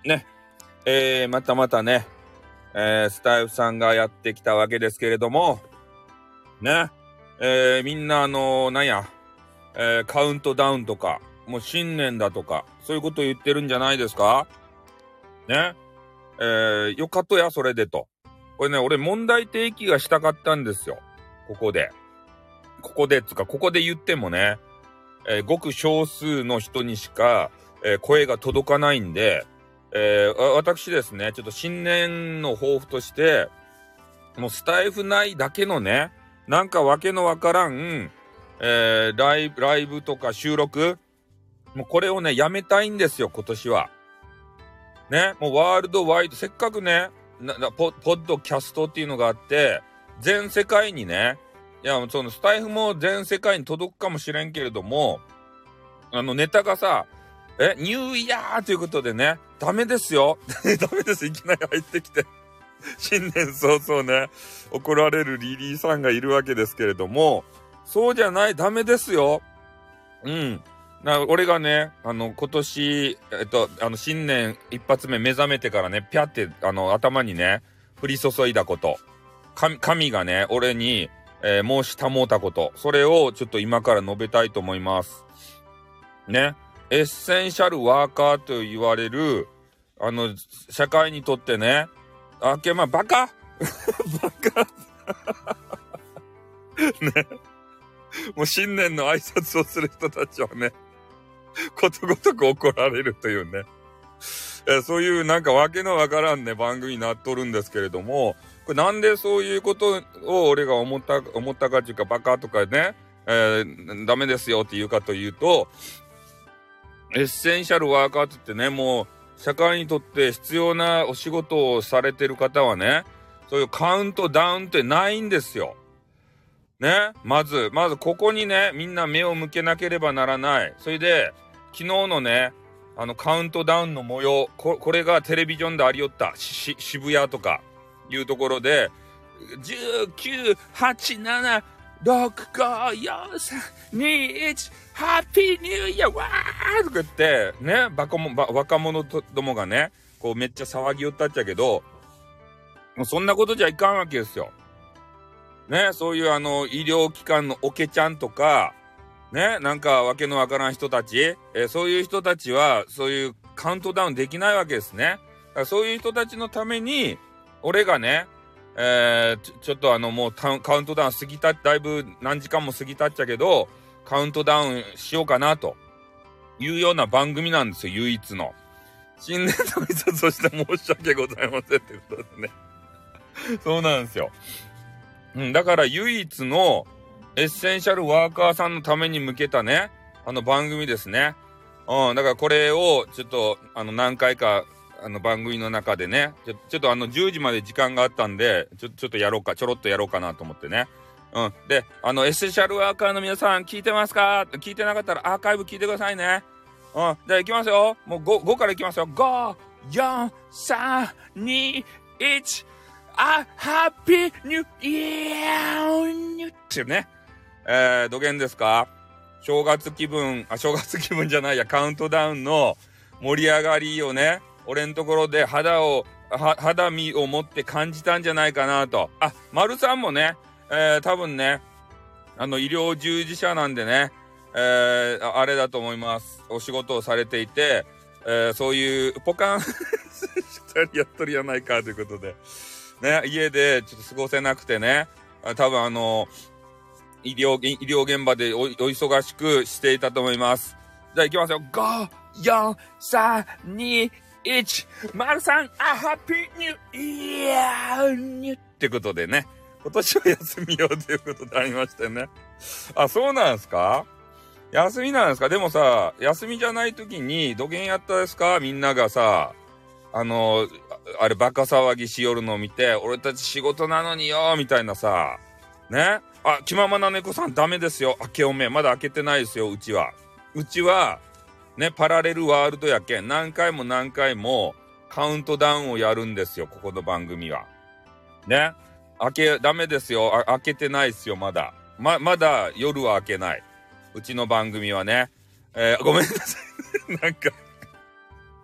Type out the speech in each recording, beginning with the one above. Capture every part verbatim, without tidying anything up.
ね、えー、またまたね、えー、スタイフさんがやってきたわけですけれども、ね、えー、みんなあのー、なんや、えー、カウントダウンとか、もう新年だとか、そういうこと言ってるんじゃないですかね。えー、よかとや、それでと。これね、俺問題提起がしたかったんですよ。ここで。ここで、つか、ここで言ってもね、えー、ごく少数の人にしか、えー、声が届かないんで、えー、私ですね、ちょっと新年の抱負として、もうスタイフ内だけのね、なんかわけのわからん、えー、ライブ、ライブとか収録、もうこれをね、やめたいんですよ、今年は。ね、もうワールドワイド、せっかくね、ななポ、ポッドキャストっていうのがあって、全世界にね、いや、そのスタイフも全世界に届くかもしれんけれども、あのネタがさ、え、ニューイヤーということでね、ダメですよ。ダメです。いきなり入ってきて。新年早々ね、怒られるリリーさんがいるわけですけれども、そうじゃない、ダメですよ。うん。な、俺がね、あの、今年、えっと、あの、新年一発目目覚めてからね、ぴゃって、あの、頭にね、降り注いだこと。神、神がね、俺に、えー、申したもうたこと。それをちょっと今から述べたいと思います。ね。エッセンシャルワーカーと言われる、あの、社会にとってね、あけ、まあ、バカバカね。もう新年の挨拶をする人たちはね、ことごとく怒られるというね。えそういうなんかわけのわからんね、番組になっとるんですけれども、これなんでそういうことを俺が思った、思ったかっていうか、バカとかね、えー、ダメですよって言うかというと、エッセンシャルワーカーって言ってね、もう社会にとって必要なお仕事をされてる方はね、そういうカウントダウンってないんですよ。ね、まず、まずここにね、みんな目を向けなければならない。それで、昨日のね、あのカウントダウンの模様、こ、これがテレビジョンでありよった。し、渋谷とかいうところで、じゅうきゅう、はち、なな、ろく、ご、よん、さん、に、いち、ハッピーニューイヤーわーとか言って、ね、バカも、ば、若者どもがね、こうめっちゃ騒ぎよったっちゃけど、もうそんなことじゃいかんわけですよ。ね、そういうあの、医療機関のオケちゃんとか、ね、なんかわけのわからん人たち、えー、そういう人たちは、そういうカウントダウンできないわけですね。だからそういう人たちのために、俺がね、えー、ちょ、ちょっとあの、もうカウントダウン過ぎた、だいぶ何時間も過ぎたっちゃけど、カウントダウンしようかな、というような番組なんですよ、唯一の。新年の挨拶をして申し訳ございませんってことですね。そうなんですよ。うん、だから唯一のエッセンシャルワーカーさんのために向けたね、あの番組ですね。うん、だからこれをちょっとあの何回かあの番組の中でね、ちょ、ちょっとあのじゅうじまで時間があったんで、ちょ、ちょっとやろうか、ちょろっとやろうかなと思ってね。うん。で、あのエッセンシャルワーカーの皆さん聞いてますか？聞いてなかったらアーカイブ聞いてくださいね。うん。じゃあ行きますよ。もう ご, ごから行きますよ。ご、よん、さん、に、いち、あ、ハッピーニューイヤーってね。えー、どげんですか？正月気分、あ、正月気分じゃないや、カウントダウンの盛り上がりをね、俺んところで肌を、は、肌身を持って感じたんじゃないかなと。あ、丸さんもね、えー、多分ね、あの、医療従事者なんでね、えー、あれだと思います。お仕事をされていて、えー、そういう、ポカンしたりやっとるやないかということで。ね、家でちょっと過ごせなくてね、多分あの、医療、医療現場でお、お忙しくしていたと思います。じゃあ行きますよ。ご、よん、さん、に、いち、丸さん、あ、ハッピーニューイヤーニュってことでね、今年は休みようということでありましてね。あ、そうなんですか？休みなんですか？でもさ、休みじゃない時にどげんやったですか？みんながさ、あの、あれバカ騒ぎしよるのを見て、俺たち仕事なのによみたいなさ、ね。あ、気ままな猫さんダメですよ。明けおめ。まだ開けてないですよ、うちは。うちは、ね、パラレルワールドやけん、何回も何回もカウントダウンをやるんですよ、ここの番組は。ね。開け、ダメですよ。あ、開けてないですよ、まだ。ま、まだ夜は開けない。うちの番組はね。えー、ごめんなさい。なんか、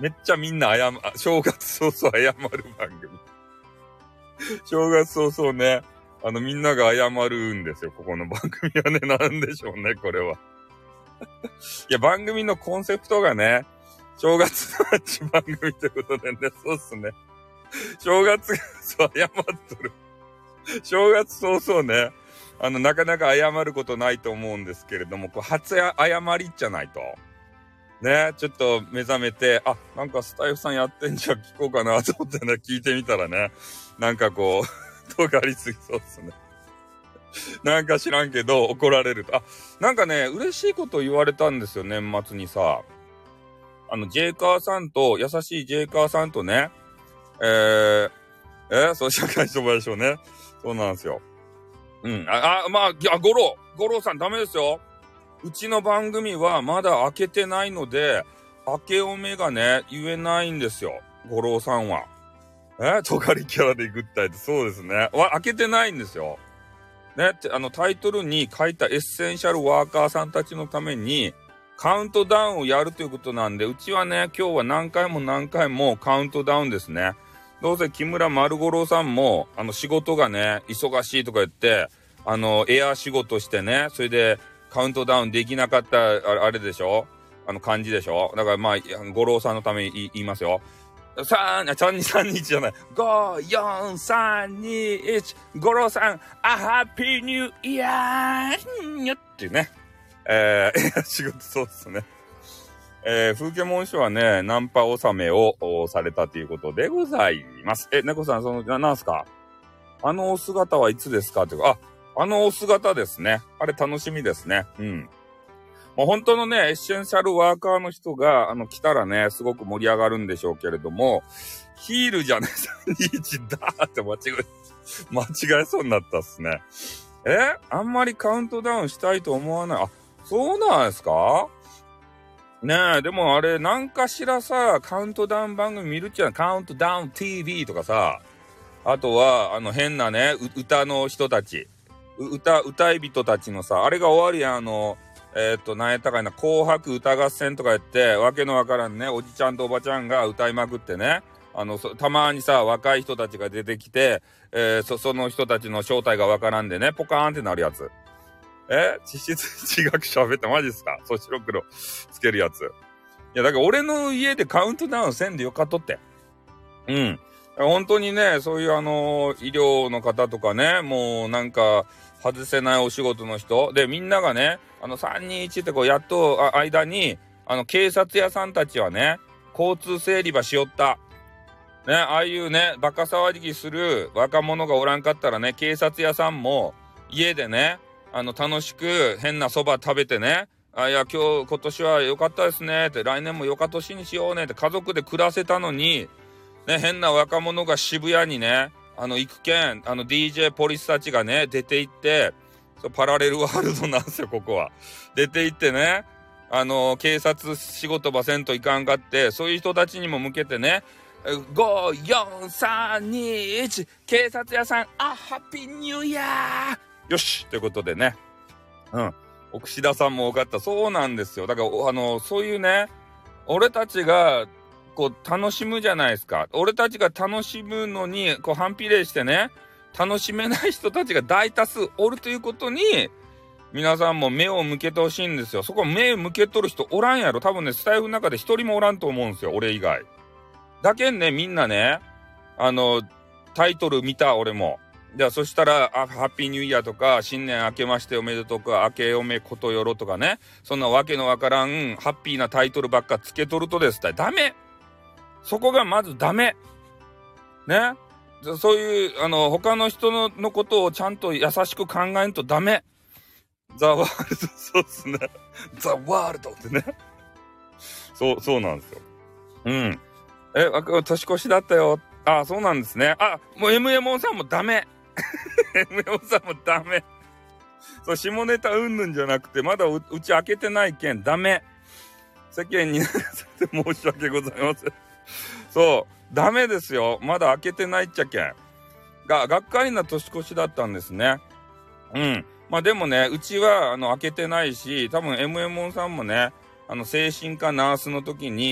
めっちゃみんな謝、正月早々謝る番組。正月早々ね、あのみんなが謝るんですよ、ここの番組はね。なんでしょうね、これは。いや、番組のコンセプトがね、正月の話番組ということでね、そうっすね。正月、そう、謝っとる。正月早々ね、あの、なかなか謝ることないと思うんですけれども、こう、初謝りじゃないと。ね、ちょっと目覚めて、あ、なんかスタイフさんやってんじゃん、聞こうかなと思ってね、聞いてみたらね、なんかこう、尖りすぎそうっすね。なんか知らんけど、怒られると。あ、なんかね、嬉しいこと言われたんですよ、年末にさ。あの、ジェイカーさんと、優しいジェイカーさんとね、えー、えー、そう、社会障害賞ね。そうなんですよ。うん。あ、あまあ、いや、ゴロー。ゴローさんダメですよ。うちの番組はまだ開けてないので、明けおめがね、言えないんですよ。ゴローさんは。えとがりキャラでグッタイって、そうですね。わ、開けてないんですよ。ね、あの、タイトルに書いたエッセンシャルワーカーさんたちのために、カウントダウンをやるということなんで、うちはね、今日は何回も何回もカウントダウンですね。どうせ木村丸五郎さんも、あの仕事がね、忙しいとか言って、あの、エア仕事してね、それでカウントダウンできなかったあれでしょ、あの感じでしょ。だからまあ、五郎さんのために言いますよ。さん、さんにさんにちじゃない。ご、よん、さん、に、いち、五郎さん、あ、ハッピーニューイヤーにゃっていうね。えー、仕事そうですね。えー、風景文書はね、ナンパ納めをされたということでございます。え、猫さん、その、な、なんすか？あのお姿はいつですかっていうか、あ、あのお姿ですね。あれ楽しみですね。うん。もう本当のね、エッセンシャルワーカーの人が、あの、来たらね、すごく盛り上がるんでしょうけれども、ヒールじゃね、さんにいちだーって間違え、間違えそうになったっすね。え？あんまりカウントダウンしたいと思わない。あ、そうなんですか？ねえ、でもあれ、なんかしらさ、カウントダウン番組見るっちゃう、カウントダウン ティーブイ とかさ、あとは、あの変なね、歌の人たち、歌、歌い人たちのさ、あれが終わりやん、あの、えー、っと、なんやったかいな、紅白歌合戦とかやって、わけのわからんね、おじちゃんとおばちゃんが歌いまくってね、あの、たまにさ、若い人たちが出てきて、えー、そ、その人たちの正体がわからんでね、ポカーンってなるやつ。え地質地学喋ったマジっすか？そう、白黒つけるやつ。いや、だから俺の家でカウントダウンせんでよかっとって。うん。本当にね、そういうあの、医療の方とかね、もうなんか、外せないお仕事の人。で、みんながね、あの、さんにいちってこう、やっと、間に、あの、警察屋さんたちはね、交通整理場しよった。ね、ああいうね、バカ騒ぎする若者がおらんかったらね、警察屋さんも、家でね、あの、楽しく変な蕎麦食べてね、あ、いや、今日、今年は良かったですね、って、来年も良か年にしようね、って、家族で暮らせたのに、ね、変な若者が渋谷にね、あの、行くけん、あの、ディージェー ポリスたちがね、出て行って、そう、パラレルワールドなんですよ、ここは。出て行ってね、あの、警察仕事ばせんといかんかって、そういう人たちにも向けてね、ご、よん、さん、に、いち、警察屋さん、あ、ハッピーニューイヤーよしということでね。うん。奥志田さんも分かった。そうなんですよ。だから、あの、そういうね、俺たちが、こう、楽しむじゃないですか。俺たちが楽しむのに、こう、反比例してね、楽しめない人たちが大多数おるということに、皆さんも目を向けてほしいんですよ。そこ目向けとる人おらんやろ。多分ね、スタイフの中で一人もおらんと思うんですよ。俺以外。だけんね、みんなね、あの、タイトル見た、俺も。じゃあ、そしたら、あ、ハッピーニューイヤーとか、新年明けましておめでとうか、明けおめことよろとかね、そんなわけのわからん、ハッピーなタイトルばっかつけとるとですね、ダメ。そこがまずダメ。ね。そういう、あの、他の人の、のことをちゃんと優しく考えんとダメ。ザ・ワールド、そうっすね。ザ・ワールドってね。そう、そうなんですよ。うん。え、年越しだったよ。あ、そうなんですね。あ、もう エムエムオー さんもダメ。エムエムオー さんもダメ。そう、下ネタうんぬんじゃなくて、まだ う, うち開けてないけん、ダメ。世間に流されて申し訳ございません。そう、ダメですよ。まだ開けてないっちゃけん。が、がっかりな年越しだったんですね。うん。まあでもね、うちは、あの、開けてないし、多分 エムエムオー さんもね、あの、精神科ナースの時に、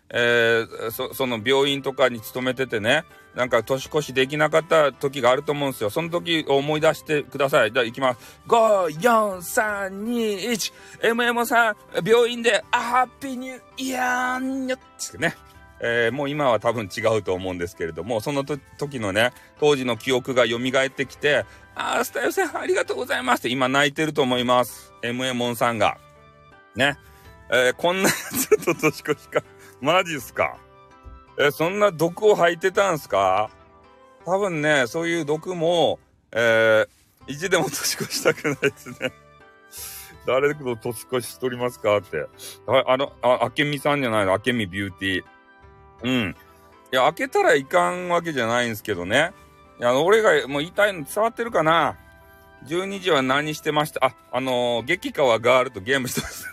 えー、そ、その病院とかに勤めててね、なんか年越しできなかった時があると思うんですよ。その時を思い出してください。じゃあ行きます。ご、よん、さん、に、いち。エムエム さん、病院で、あ、ハッピーニューイヤーにょってね。えー、もう今は多分違うと思うんですけれども、その時のね、当時の記憶が蘇ってきて、あー、スタイルさんありがとうございますって今泣いてると思います。エムエム さんが。ね。えー、こんなやつと年越しか。マジっすか。え、そんな毒を吐いてたんすか？多分ね、そういう毒も、えー、意地でも年越したくないですね。誰と年越ししとりますかって。あ、あの、あ、あけみさんじゃないの、あけみビューティー。うん。いや、開けたらいかんわけじゃないんですけどね。いや、俺がもう言いたいの伝わってるかな？ じゅうに 時は何してました？あ、あのー、激川ガールとゲームしてました。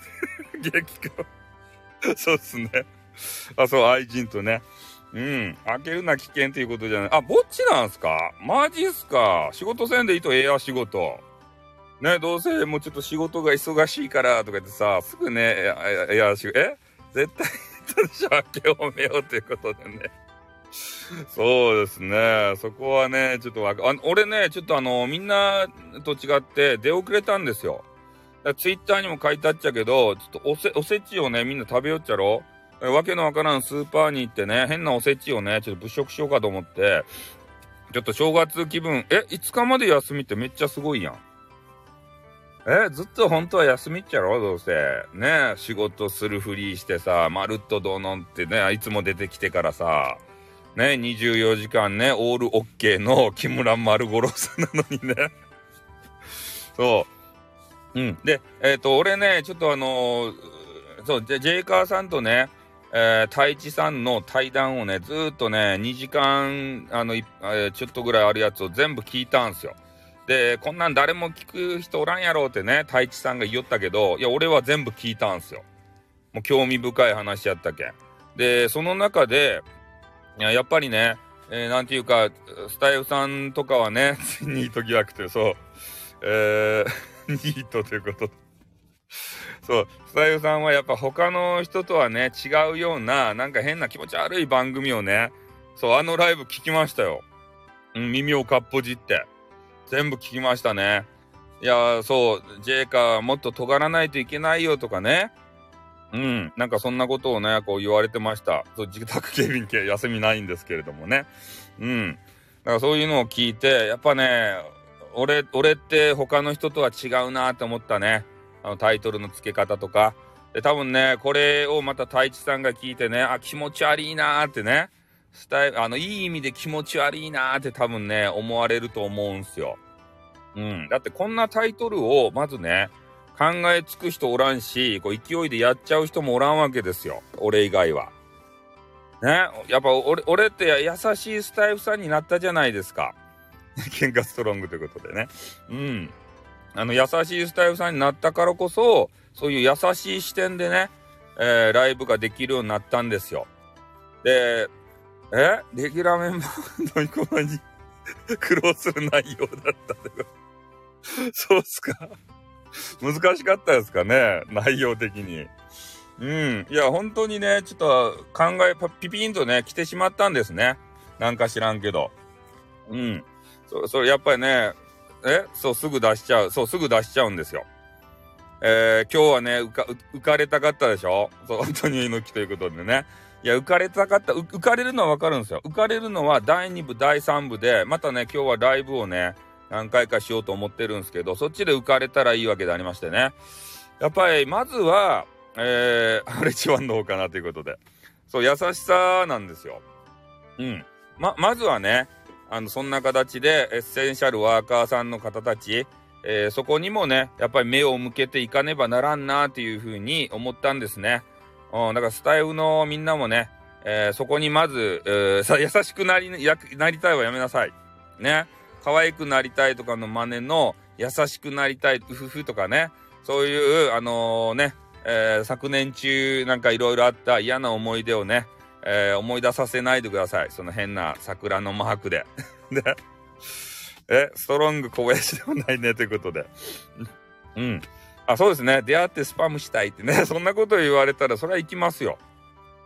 激川。そうっすね。あ、そう、愛人とね。うん。開けるな危険っていうことじゃない。あ、ぼっちなんすか？マジっすか？仕事せんでいいとええや、仕事。ね、どうせもうちょっと仕事が忙しいからとか言ってさ、すぐね、いや、いや、しえ絶対、開けをめようということでね。そうですね。そこはね、ちょっとわか、あ、俺ね、ちょっとあの、みんなと違って出遅れたんですよ。ツイッターにも書いてあっちゃけど、ちょっとおせ、おせちをね、みんな食べよっちゃろ。わけのわからんスーパーに行ってね、変なおせちをね、ちょっと物色しようかと思って、ちょっと正月気分、え、いつかまで休みってめっちゃすごいやん。え、ずっと本当は休みっちゃろどうせ。ね、仕事するふりしてさ、まるっとどうのってね、いつも出てきてからさ、ね、にじゅうよじかんね、オールオッケーの木村丸五郎さんなのにね。そう。うん。で、えっと、俺ね、ちょっとあのー、そう、ジェイカーさんとね、えー、太一さんの対談をね、ずーっとね、にじかん、あの、えー、ちょっとぐらいあるやつを全部聞いたんすよ。で、こんなん誰も聞く人おらんやろうってね、太一さんが言おったけど、いや、俺は全部聞いたんすよ。もう興味深い話やったけん。で、その中で、いや、やっぱりね、えー、なんていうか、スタイフさんとかはね、ニート疑惑と、そう、えー、ニートということで。そう、スタイフさんはやっぱ他の人とはね、違うような、なんか変な気持ち悪い番組をね、そう、あのライブ聞きましたよ。うん、耳をかっぽじって。全部聞きましたね。いやー、そう、ジェイカーもっと尖らないといけないよとかね。うん、なんかそんなことをね、こう言われてました。そう、自宅警備系休みないんですけれどもね。うん。だからそういうのを聞いて、やっぱね、俺、俺って他の人とは違うなって思ったね。あのタイトルの付け方とか。で、多分ね、これをまた太一さんが聞いてね、あ、気持ち悪いなーってね、スタイル、あの、いい意味で気持ち悪いなーって多分ね、思われると思うんすよ。うん。だってこんなタイトルを、まずね、考えつく人おらんし、こう勢いでやっちゃう人もおらんわけですよ。俺以外は。ね。やっぱ俺、俺って優しいスタイフさんになったじゃないですか。喧嘩ストロングということでね。うん。あの、優しいスタイフさんになったからこそ、そういう優しい視点でね、えー、ライブができるようになったんですよ。で、えレギュラーメンバーの飲み込まに苦労する内容だったで。そうっすか。難しかったですかね、内容的に。うん。いや、本当にね、ちょっと考え、ピピンとね、来てしまったんですね。なんか知らんけど。うん。そ、それやっぱりね、えそう、すぐ出しちゃう。そう、すぐ出しちゃうんですよ。えー、今日はね、浮か、浮かれたかったでしょ？そう、本当に猪木ということでね。いや、浮かれたかった。浮かれるのはわかるんですよ。浮かれるのはだいに部、だいさん部で、またね、今日はライブをね、何回かしようと思ってるんですけど、そっちで浮かれたらいいわけでありましてね。やっぱり、まずは、えー、ハレチワンの方かなということで。そう、優しさなんですよ。うん。ま、まずはね、あの、そんな形で、エッセンシャルワーカーさんの方たち、えー、そこにもね、やっぱり目を向けていかねばならんなっていうふうに思ったんですね。うん、だからスタイフのみんなもね、えー、そこにまず、えー、さ、優しくなり、や、なりたいはやめなさい。ね。可愛くなりたいとかの真似の、優しくなりたい、うふふとかね。そういう、あのー、ね、えー、昨年中なんかいろいろあった嫌な思い出をね、えー、思い出させないでください。その変な桜のマークで。で、え、ストロング小林ではないねということで。うん。あ、そうですね。出会ってスパムしたいってね。そんなこと言われたら、それは行きますよ。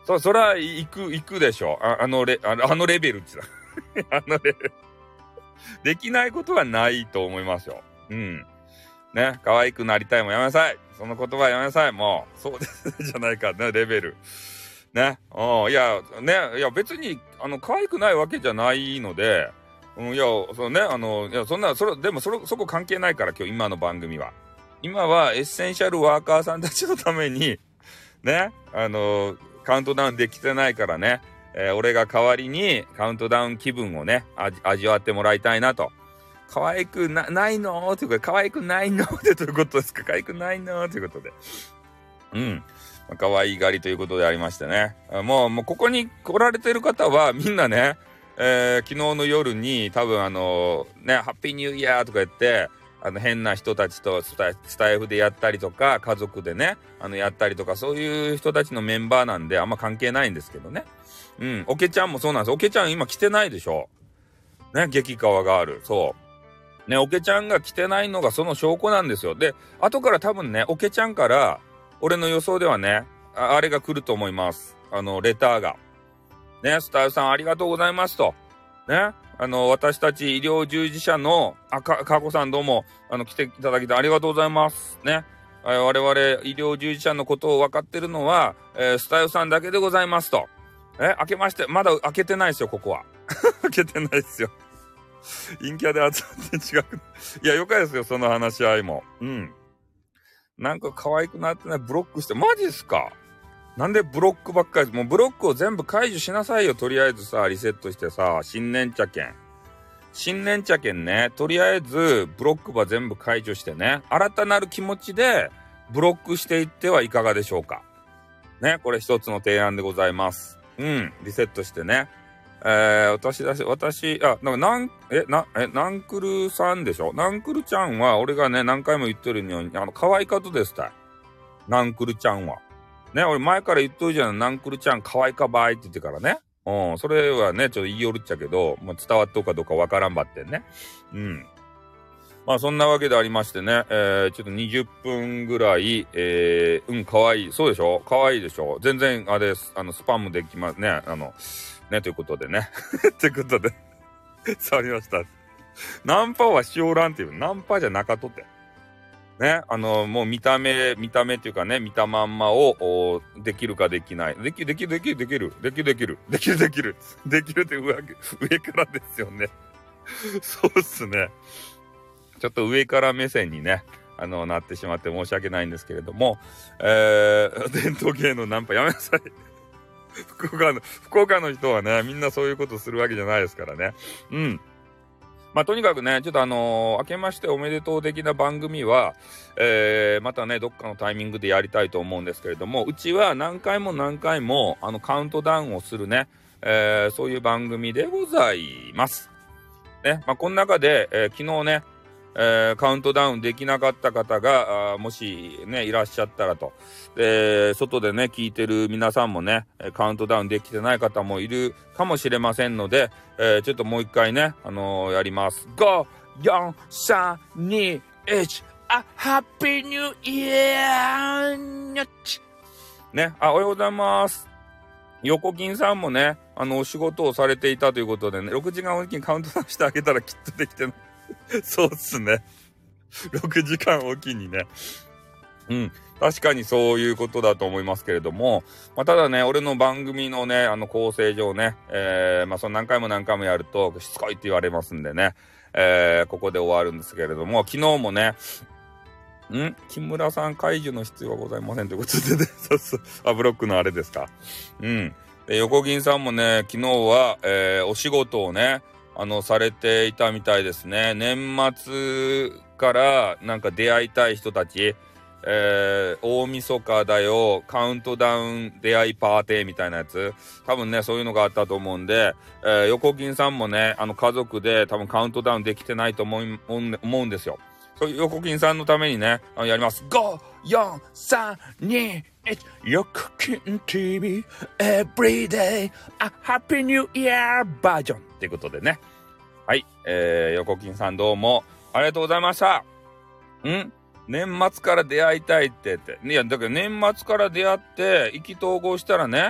そ、そら、行く、行くでしょ。あ、あのレ、あの、あのレベルって言った。あのレベル。できないことはないと思いますよ。うん。ね、可愛くなりたいもやめなさい。その言葉やめなさい。もう、そうですじゃないか、ね、レベル。ね。うん、いや、ね、いや、別に、あの、可愛くないわけじゃないので、うん、いや、そうね、あの、いや、そんな、それ、でも、それ、そこ関係ないから、今日、今の番組は。今は、エッセンシャルワーカーさんたちのために、ね、あの、カウントダウンできてないからね、えー、俺が代わりに、カウントダウン気分をね、味、味わってもらいたいなと。可愛くな、ないのというか、可愛くないのってどういうことですか？可愛くないのということで。うん。可愛いがりということでありましてね。もう、もうここに来られてる方はみんなね、えー、昨日の夜に多分あの、ね、ハッピーニューイヤーとか言って、あの変な人たちとスタ、スタイフでやったりとか、家族でね、あのやったりとか、そういう人たちのメンバーなんであんま関係ないんですけどね。うん。おけちゃんもそうなんです。おけちゃん今来てないでしょ。ね、激川がある。そう。ね、おけちゃんが来てないのがその証拠なんですよ。で、後から多分ね、おけちゃんから、俺の予想ではね、あ, あれが来ると思います。あの、レターが。ね、スタイフさんありがとうございますと。ね、あの、私たち医療従事者の、あ、か、かこさんどうも、あの、来ていただきてありがとうございます。ね。我々医療従事者のことを分かってるのは、えー、スタイフさんだけでございますと。え、開けまして、まだ開けてないですよ、ここは。開けてないですよ。陰キャで集まって違く。いや、よかですよ、その話し合いも。うん。なんか可愛くなってない、ブロックして、マジっすか？なんでブロックばっかり？もうブロックを全部解除しなさいよ、とりあえずさ、リセットしてさ、新年茶券。新年茶券ね、とりあえず、ブロックば全部解除してね、新たなる気持ちで、ブロックしていってはいかがでしょうか。ね、これ一つの提案でございます。うん、リセットしてね。えー、私だし、私、あ、なんか、なん、え、な、え、ナンクルさんでしょ？ナンクルちゃんは、俺がね、何回も言ってるように、あの、可愛かとですたい。ナンクルちゃんは。ね、俺前から言っとるじゃん、ナンクルちゃん可愛かばいって言ってからね。うん、それはね、ちょっと言いよるっちゃけど、もう伝わっとうかどうかわからんばってんね。うん。まあ、そんなわけでありましてね、えー、ちょっとにじゅっぷんぐらい、えー、うん、可愛い。そうでしょ？可愛いでしょ？全然、あれ、あの、スパムできますね。あの、ね、ということでね。ということで、触りました。ナンパはしおらんっていう、ナンパじゃなかとって。ね、あの、もう見た目、見た目っていうかね、見たまんまを、できるかできない。できる、できる、できる、できる、できる、できる、できる、できる、できるって上、上からですよね。そうっすね。ちょっと上から目線にね、あの、なってしまって申し訳ないんですけれども、えー、伝統芸能ナンパやめなさい。福岡の、福岡の人はね、みんなそういうことするわけじゃないですからね。うん。まあ、とにかくね、ちょっとあのー、明けましておめでとう的な番組は、えー、またね、どっかのタイミングでやりたいと思うんですけれども、うちは何回も何回も、あの、カウントダウンをするね、えー、そういう番組でございます。ね、まあ、この中で、えー、昨日ね、えー、カウントダウンできなかった方が、もしね、いらっしゃったらと。で、外でね、聞いてる皆さんもね、カウントダウンできてない方もいるかもしれませんので、えー、ちょっともう一回ね、あのー、やります。ご、よん、さん、に、いち、あ、ハッピーニューイヤーにゃっち。ね、あ、おはようございます。横金さんもね、あの、お仕事をされていたということでね、ろくじかんおきにカウントダウンしてあげたらきっとできてない。そうっすね。ろくじかんおきにね。うん。確かにそういうことだと思いますけれども、まあ、ただね、俺の番組のね、あの構成上ね、えー、まあ、その何回も何回もやるとしつこいって言われますんでね、えー、ここで終わるんですけれども、昨日もね、ん木村さん解除の必要はございませんということでね、そうそう、あ、ブロックのあれですか。うん。で、横銀さんもね、昨日は、えー、お仕事をね、あの、されていたみたいですね。年末からなんか出会いたい人たち、えー、大晦日だよ、カウントダウン出会いパーティーみたいなやつ。多分ね、そういうのがあったと思うんで、えー、横金さんもね、あの家族で多分カウントダウンできてないと思い、思うんですよ。そういう横金さんのためにね、あのやります。ご、よん、さん、に、いち、横金 ティーブイ Everyday A Happy New Year バージョンっていうことでね。はい、えー、横金さんどうもありがとうございました。ん年末から出会いたいってって。いや、だけど年末から出会って意気投合したらね、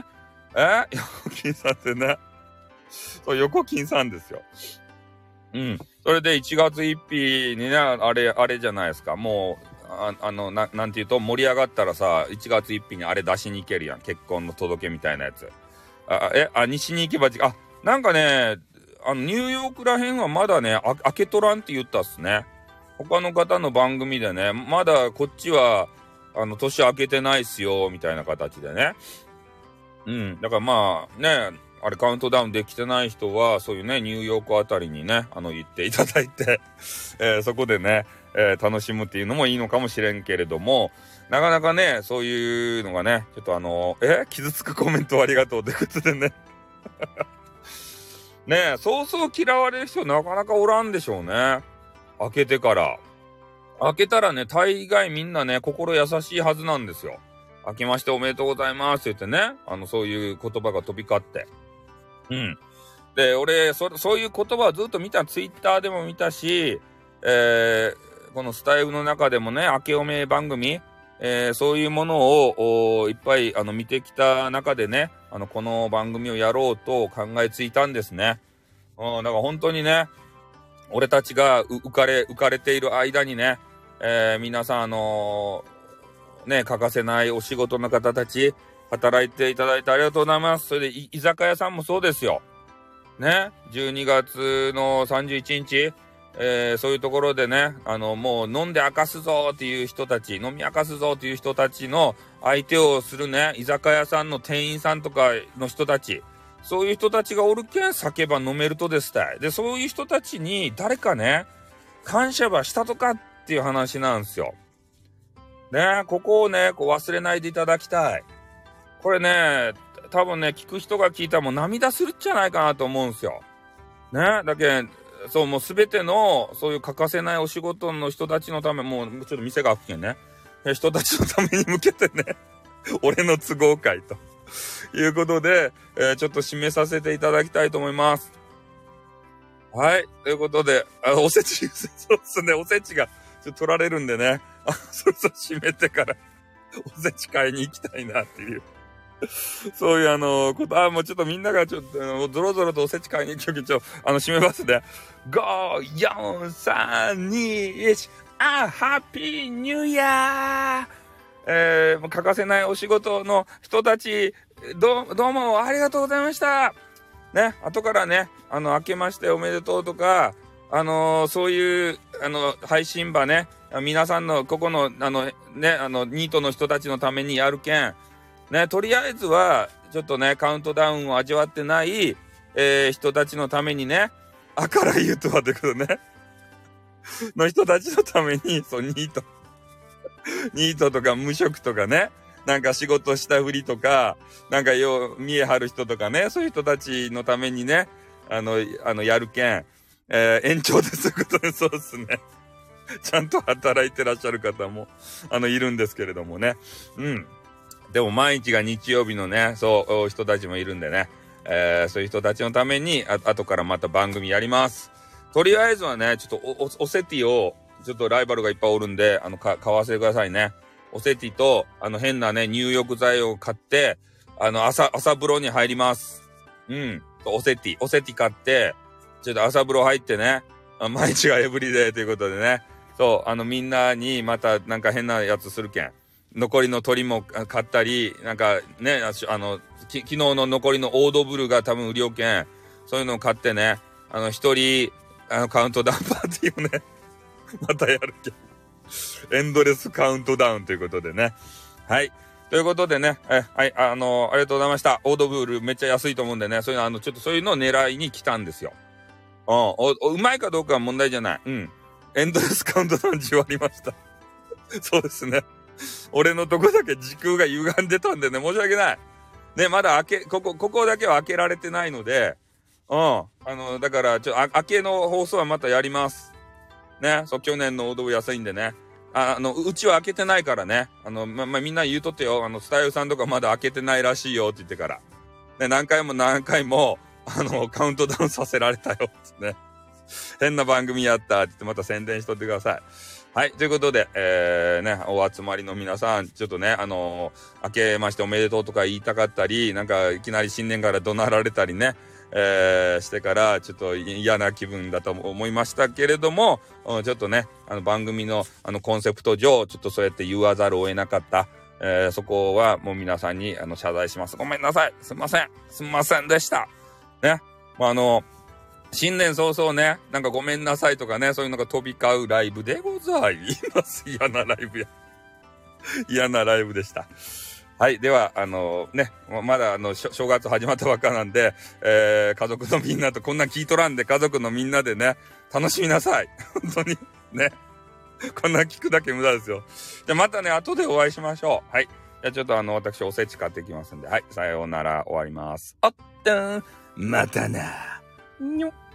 え横金さんってね。そう、横金さんですよ。うん。それでいちがつついたちにね、あれ、あれじゃないですか。もう、あ, あの、な、なんていうと、盛り上がったらさ、いちがつついたちにあれ出しに行けるやん。結婚の届けみたいなやつ。あ、え、あ、西に行けば、あ、なんかね、あの、ニューヨークらへんはまだね、あ、開けとらんって言ったっすね。他の方の番組でね、まだこっちは、あの、年明けてないっすよ、みたいな形でね。うん。だからまあ、ね、あれカウントダウンできてない人は、そういうね、ニューヨークあたりにね、あの、行っていただいて、えー、そこでね、えー、楽しむっていうのもいいのかもしれんけれども、なかなかね、そういうのがね、ちょっとあの、え傷つくコメントありがとうってことでね。ねえ、そうそう嫌われる人なかなかおらんでしょうね。開けてから。開けたらね、大概みんなね、心優しいはずなんですよ。明けましておめでとうございますって言ってね、あの、そういう言葉が飛び交って。うん。で、俺、そ、そういう言葉をずっと見た、ツイッターでも見たし、えー、このスタイルの中でもね、明けおめ番組、えー、そういうものをいっぱいあの見てきた中でね、あの、この番組をやろうと考えついたんですね。うん、だから本当にね、俺たちが浮かれ、浮かれている間にね、えー、皆さんあのー、ね、欠かせないお仕事の方たち、働いていただいてありがとうございます。それで、居酒屋さんもそうですよ。ね、じゅうにがつのさんじゅういちにち、えー、そういうところでね、あの、もう飲んで明かすぞっていう人たち、飲み明かすぞっていう人たちの相手をするね、居酒屋さんの店員さんとかの人たち、そういう人たちがおるけん酒ば飲めるとですたい。で、そういう人たちに誰かね、感謝ばしたとかっていう話なんですよ。ね、ここをね、こう忘れないでいただきたい。これね、多分ね、聞く人が聞いたらもう涙するんじゃないかなと思うんですよ。ね、だけそう、もうすべての、そういう欠かせないお仕事の人たちのため、もうちょっと店が開くけんね。人たちのために向けてね、俺の都合会ということで、えー、ちょっと締めさせていただきたいと思います。はい。ということで、あおせち、そうですね、おせちがちょっと取られるんでね、あ、そろそろ締めてからおせち買いに行きたいなっていう。そういうあの、こと、あ、もうちょっとみんながちょっと、あの、ぞろぞろとおせち買いに行くとき、ちょ、あの、締めますね。ご、よん、さん、に、いち、あ、ハッピーニューイヤーえー、もう欠かせないお仕事の人たち、どう、どうもありがとうございました。ね、後からね、あの、明けましておめでとうとか、あのー、そういう、あの、配信場ね、皆さんの、ここの、あの、ね、あの、ニートの人たちのためにやるけん、ね、とりあえずは、ちょっとね、カウントダウンを味わってない、えー、人たちのためにね、あから言うとはってことね。の人たちのために、そう、ニート。ニートとか無職とかね、なんか仕事したふりとか、なんかよう見え張る人とかね、そういう人たちのためにね、あの、あの、やるけん、えー、延長でそういうことでそうですね。ちゃんと働いてらっしゃる方も、あの、いるんですけれどもね。うん。でも毎日が日曜日のね、そう、人たちもいるんでね、えー、そういう人たちのために、あ、後からまた番組やります。とりあえずはね、ちょっとお、お、おセティを、ちょっとライバルがいっぱいおるんで、あの、か、買わせてくださいね。おセティと、あの、変なね、入浴剤を買って、あの、朝、朝風呂に入ります。うん。おセティ、おセティ買って、ちょっと朝風呂入ってね、毎日がエブリデイということでね、そう、あの、みんなにまたなんか変なやつするけん。残りの鳥も買ったり、なんかね、あの、き昨日の残りのオードブルが多分売り置けん、そういうのを買ってね、あの、一人、あの、カウントダウンパーティーをね、またやるけん。エンドレスカウントダウンということでね。はい。ということでね、え、はい、あの、ありがとうございました。オードブルめっちゃ安いと思うんでね、そういうの、あの、ちょっとそういうのを狙いに来たんですよ。うん、お、おうまいかどうかは問題じゃない。うん。エンドレスカウントダウンじわりました。そうですね。俺のとこだけ時空が歪んでたんでね、申し訳ない。ね、まだ開け、ここ、ここだけは開けられてないので、うん。あの、だから、ちょ、あ、開けの放送はまたやります。ね、そう、去年のオードブル安いんでね。あ、あの、うちは開けてないからね。あの、ま、まあ、みんな言うとってよ。あの、スタイルさんとかまだ開けてないらしいよって言ってから。ね、何回も何回も、あの、カウントダウンさせられたよってね。変な番組やったって言ってまた宣伝しとってください。 はい。ということで、えー、ね、お集まりの皆さん、ちょっとね、あのー、明けましておめでとうとか言いたかったり、なんかいきなり新年から怒鳴られたりね、えー、してから、ちょっと嫌な気分だと思いましたけれども、ちょっとね、あの番組のあのコンセプト上、ちょっとそうやって言わざるを得なかった、えー、そこはもう皆さんにあの謝罪します。ごめんなさい。すいません。すいませんでした。ね。まあ、あの、新年早々ね、なんかごめんなさいとかね、そういうのが飛び交うライブでございます。嫌なライブや。嫌なライブでした。はい。では、あのー、ね、まだあの、正月始まったばっかなんで、えー、家族のみんなとこんな聞いとらんで、家族のみんなでね、楽しみなさい。本当に。ね。こんな聞くだけ無駄ですよ。じゃあまたね、後でお会いしましょう。はい。じゃあちょっとあの、私おせち買ってきますんで、はい。さようなら、終わります。あったー、またな。にょっ。